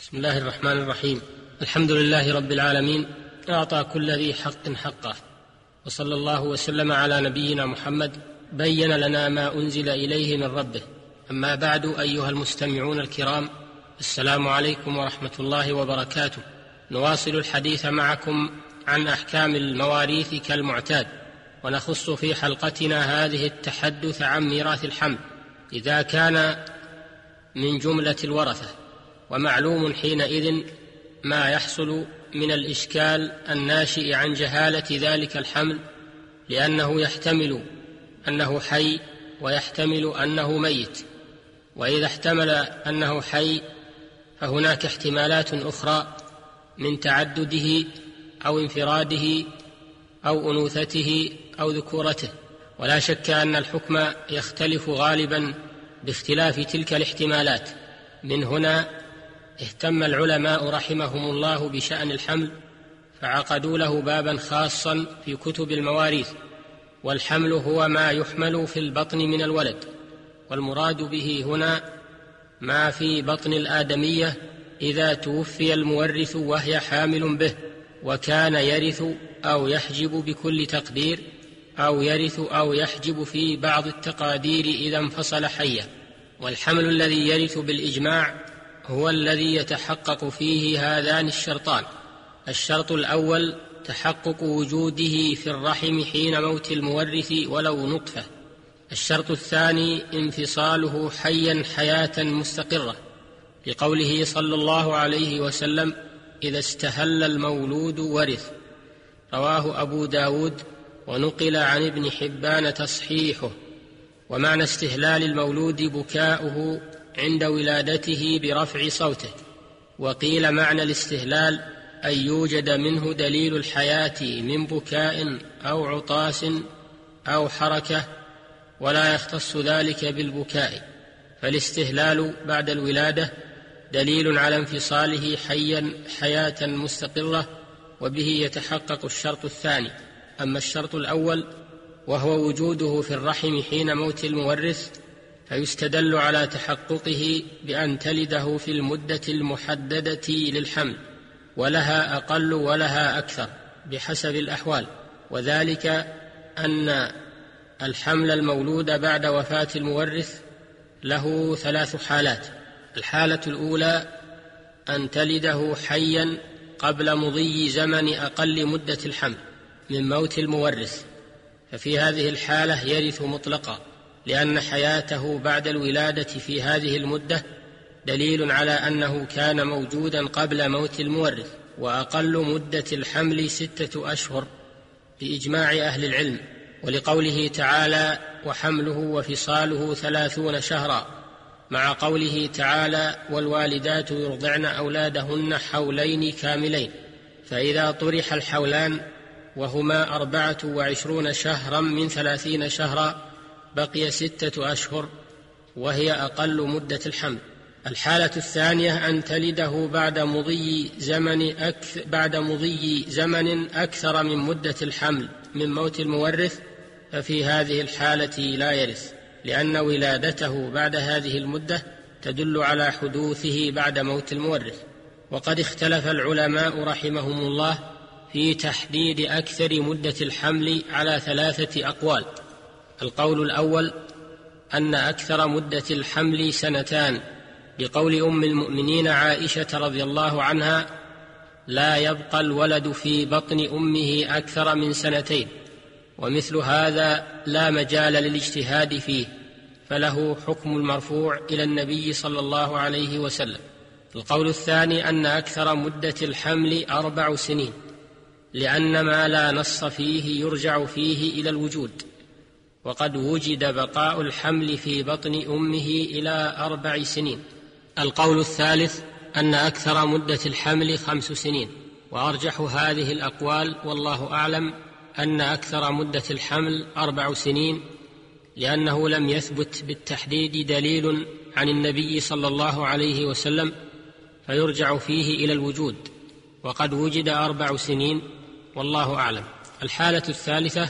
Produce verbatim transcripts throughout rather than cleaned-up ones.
بسم الله الرحمن الرحيم. الحمد لله رب العالمين، أعطى كل ذي حق حقه، وصلى الله وسلم على نبينا محمد بين لنا ما أنزل إليه من ربه. أما بعد، أيها المستمعون الكرام، السلام عليكم ورحمة الله وبركاته. نواصل الحديث معكم عن أحكام المواريث كالمعتاد، ونخص في حلقتنا هذه التحدث عن ميراث الحمل إذا كان من جملة الورثة. ومعلوم حينئذ ما يحصل من الإشكال الناشئ عن جهالة ذلك الحمل، لأنه يحتمل أنه حي ويحتمل أنه ميت، وإذا احتمل أنه حي فهناك احتمالات أخرى من تعدده أو انفراده أو أنوثته أو ذكورته، ولا شك أن الحكم يختلف غالبا باختلاف تلك الاحتمالات. من هنا اهتم العلماء رحمهم الله بشأن الحمل، فعقدوا له بابا خاصا في كتب المواريث. والحمل هو ما يحمل في البطن من الولد، والمراد به هنا ما في بطن الآدمية إذا توفي المورث وهي حامل به، وكان يرث أو يحجب بكل تقدير، أو يرث أو يحجب في بعض التقادير إذا انفصل حيا. والحمل الذي يرث بالإجماع هو الذي يتحقق فيه هذان الشرطان: الشرط الأول تحقق وجوده في الرحم حين موت المورث ولو نطفة. الشرط الثاني انفصاله حيا حياة مستقرة، لقوله صلى الله عليه وسلم: إذا استهل المولود ورث. رواه أبو داود، ونقل عن ابن حبان تصحيحه. ومعنى استهلال المولود بكاؤه عند ولادته برفع صوته. وقيل معنى الاستهلال أن يوجد منه دليل الحياة من بكاء أو عطاس أو حركة، ولا يختص ذلك بالبكاء، فالاستهلال بعد الولادة دليل على انفصاله حيا حياة مستقرة، وبه يتحقق الشرط الثاني. أما الشرط الأول وهو وجوده في الرحم حين موت المورث، فيستدل على تحققه بأن تلده في المدة المحددة للحمل، ولها أقل ولها أكثر بحسب الأحوال. وذلك أن الحمل المولود بعد وفاة المورث له ثلاث حالات. الحالة الأولى أن تلده حيا قبل مضي زمن أقل مدة الحمل من موت المورث، ففي هذه الحالة يرث مطلقا، لأن حياته بعد الولادة في هذه المدة دليل على أنه كان موجودا قبل موت المورث. وأقل مدة الحمل ستة أشهر بإجماع أهل العلم، ولقوله تعالى: وحمله وفصاله ثلاثون شهرا، مع قوله تعالى: والوالدات يرضعن أولادهن حولين كاملين. فإذا طرح الحولان وهما أربعة وعشرون شهرا من ثلاثين شهرا بقي ستة أشهر، وهي أقل مدة الحمل. الحالة الثانية أن تلده بعد مضي زمن أكثر, بعد مضي زمن أكثر من مدة الحمل من موت المورث، ففي هذه الحالة لا يرث، لأن ولادته بعد هذه المدة تدل على حدوثه بعد موت المورث. وقد اختلف العلماء رحمهم الله في تحديد أكثر مدة الحمل على ثلاثة أقوال. القول الأول أن أكثر مدة الحمل سنتان، بقول أم المؤمنين عائشة رضي الله عنها: لا يبقى الولد في بطن أمه أكثر من سنتين. ومثل هذا لا مجال للاجتهاد فيه، فله حكم المرفوع إلى النبي صلى الله عليه وسلم. القول الثاني أن أكثر مدة الحمل أربع سنين، لأن ما لا نص فيه يرجع فيه إلى الوجود، وقد وجد بقاء الحمل في بطن أمه إلى أربع سنين. القول الثالث أن أكثر مدة الحمل خمس سنين، وأرجح هذه الأقوال والله أعلم أن أكثر مدة الحمل أربع سنين، لأنه لم يثبت بالتحديد دليل عن النبي صلى الله عليه وسلم فيرجع فيه إلى الوجود، وقد وجد أربع سنين والله أعلم. الحالة الثالثة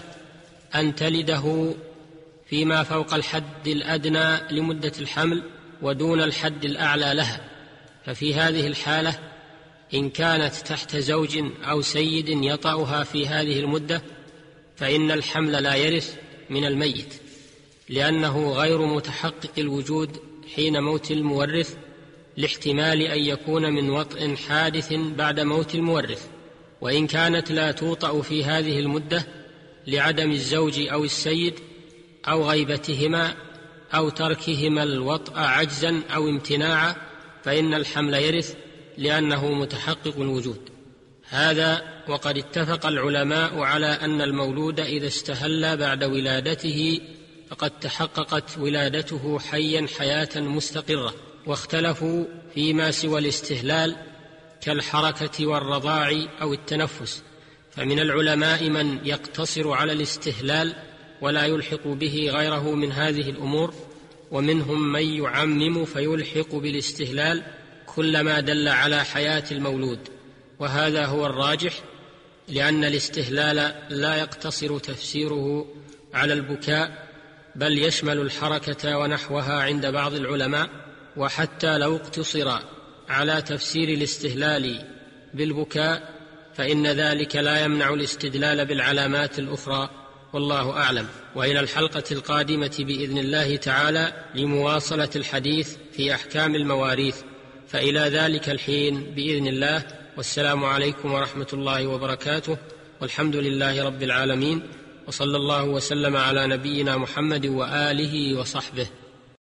أن تلده فيما فوق الحد الأدنى لمدة الحمل ودون الحد الأعلى لها، ففي هذه الحالة إن كانت تحت زوج أو سيد يطأها في هذه المدة فإن الحمل لا يرث من الميت، لأنه غير متحقق الوجود حين موت المورث، لاحتمال أن يكون من وطء حادث بعد موت المورث. وإن كانت لا توطأ في هذه المدة لعدم الزوج أو السيد أو غيبتهما أو تركهما الوطأ عجزا أو امتناعا فإن الحمل يرث، لأنه متحقق الوجود. هذا وقد اتفق العلماء على أن المولود إذا استهل بعد ولادته فقد تحققت ولادته حيا حياة مستقرة. واختلفوا فيما سوى الاستهلال كالحركة والرضاع أو التنفس، فمن العلماء من يقتصر على الاستهلال ولا يلحق به غيره من هذه الأمور، ومنهم من يعمم فيلحق بالاستهلال كل ما دل على حياة المولود، وهذا هو الراجح، لأن الاستهلال لا يقتصر تفسيره على البكاء، بل يشمل الحركة ونحوها عند بعض العلماء. وحتى لو اقتصر على تفسير الاستهلال بالبكاء فإن ذلك لا يمنع الاستدلال بالعلامات الأخرى، والله أعلم. وإلى الحلقة القادمة بإذن الله تعالى لمواصلة الحديث في أحكام المواريث، فإلى ذلك الحين بإذن الله، والسلام عليكم ورحمة الله وبركاته، والحمد لله رب العالمين، وصلى الله وسلم على نبينا محمد وآله وصحبه.